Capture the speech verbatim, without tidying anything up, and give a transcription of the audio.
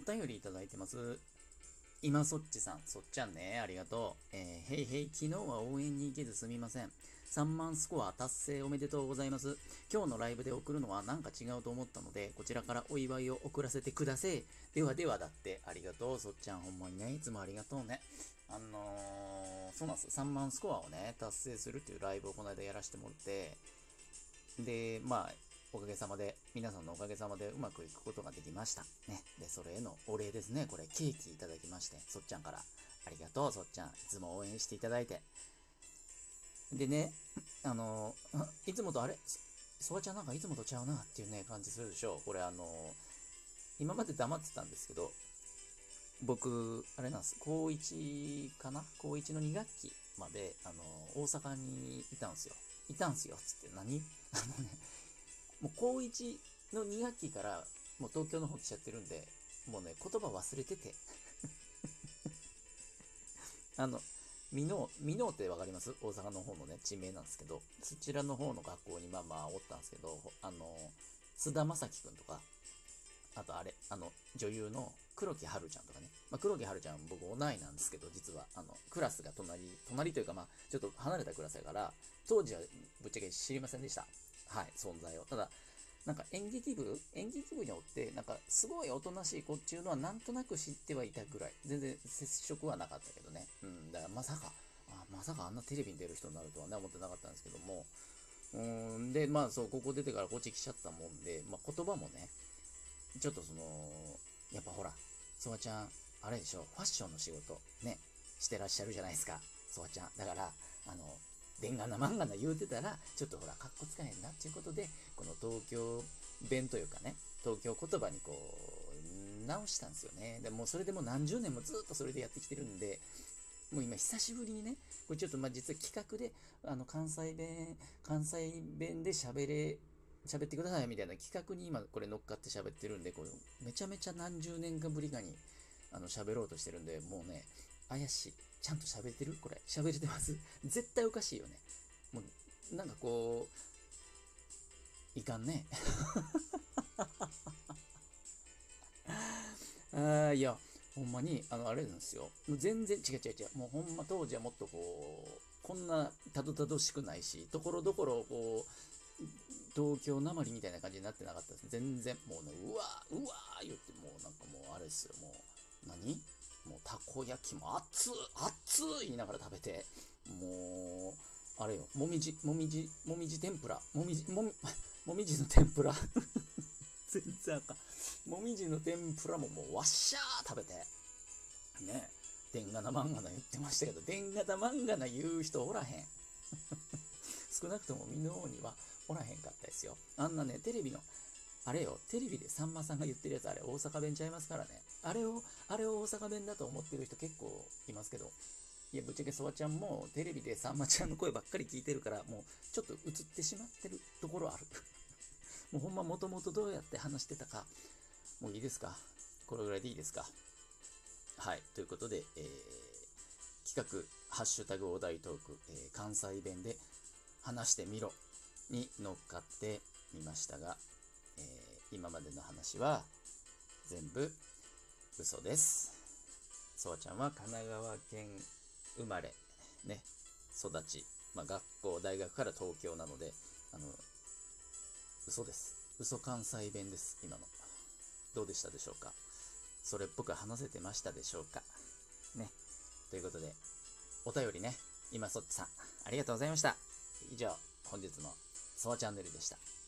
お便りいただいてます。今そっちさん、そっちゃんね、ありがとう。えー、へいへい、昨日は応援に行けずすみません。さんまんスコア達成おめでとうございます。今日のライブで送るのはなんか違うと思ったので、こちらからお祝いを送らせてください。ではではだって、ありがとう、そっちゃん、ほんまにね、いつもありがとうね。あのー、そうなんです。さんまんスコアをね、達成するっていうライブをこの間やらせてもらって、で、まあ、おかげさまで、皆さんのおかげさまでうまくいくことができました。ね。で、それへのお礼ですね。これ、ケーキいただきまして、そっちゃんから。ありがとう、そっちゃん。いつも応援していただいて。でね、あの、いつもとあれそばちゃんなんかいつもとちゃうなっていうね、感じするでしょ。これあの、今まで黙ってたんですけど、僕、あれなんです。高いちかな高いちのに学期まで、あの、大阪にいたんですよ。いたんすよ。つって何あのね、もう高いちのに学期からもう東京の方来ちゃってるんで、もうね、言葉忘れてて。あの、ミノー、ミノーってわかります？大阪の方のね、地名なんですけど、そちらの方の学校にまあまあおったんですけど、あの、菅田将暉くんとか、あとあれ、あの、女優の黒木華ちゃんとかね。まあ、黒木華ちゃん僕同いなんですけど、実は、あの、クラスが隣、隣というかまあ、ちょっと離れたクラスやから、当時はぶっちゃけ知りませんでした。はい、存在を。ただ、なんか演劇部演劇部におって、なんかすごいおとなしい子っていうのはなんとなく知ってはいたぐらい。全然接触はなかったけどね。うん、だからまさか、あ、まさかあんなテレビに出る人になるとはね、思ってなかったんですけども。うーん、で、まあそう、ここ出てからこっち来ちゃったもんで、まあ言葉もね、ちょっとその、やっぱほら、ソワちゃん、あれでしょ、ファッションの仕事、ね、してらっしゃるじゃないですか、ソワちゃん。だから、あの、でんがなまんがな言うてたら、ちょっとほら、かっこつかへんなっていうことで、この東京弁というかね、東京言葉にこう、直したんですよね。でもそれでもう何十年もずっとそれでやってきてるんで、もう今久しぶりにね、これちょっとまあ実は企画で、あの関西弁、関西弁で喋れ、喋ってくださいみたいな企画に今これ乗っかって喋ってるんで、これめちゃめちゃ何十年かぶりかにあの喋ろうとしてるんで、もうね、怪しい。ちゃんと喋れてるこれ。喋れてます絶対おかしいよね。もう、なんかこう、いかんね。あーいや、ほんまに、あの、あれなんですよ。もう全然違う違う違う。もうほんま当時はもっとこう、こんなたどたどしくないし、ところどころこう、東京なまりみたいな感じになってなかったです。全然、もうね、うわー、うわー言って、もうなんかもうあれですよ、もう、何もうたこ焼きも熱っ、熱っ言いながら食べて、もう、あれよ、もみじ、もみじ、もみじ天ぷら、もみじ、もみ、もみじの天ぷら全然あかん。もみじの天ぷらももうわっしゃー食べて。ねえ。でんがなまんがな言ってましたけど、でんがなまんがな言う人おらへん。少なくとも身の方にはおらへんかったですよ。あんなね、テレビの、あれよ、テレビでさんまさんが言ってるやつ、あれ大阪弁ちゃいますからね。あれを、あれを大阪弁だと思ってる人結構いますけど、いや、ぶっちゃけそばちゃんもテレビでさんまちゃんの声ばっかり聞いてるから、もうちょっと映ってしまってるところある。もうほんまもともとどうやって話してたか、もういいですか？これぐらいでいいですか？はい。ということで、えー、企画、ハッシュタグお題トーク、えー関西弁で話してみろに乗っかってみましたが、えー今までの話は全部嘘です。そうちゃんは神奈川県生まれ、ね、育ち、まあ、学校、大学から東京なので、あの、嘘です。嘘関西弁です、今の。どうでしたでしょうか？それっぽく話せてましたでしょうかね。ということで、お便りね、今そっちさん、ありがとうございました。以上、本日のそわチャンネルでした。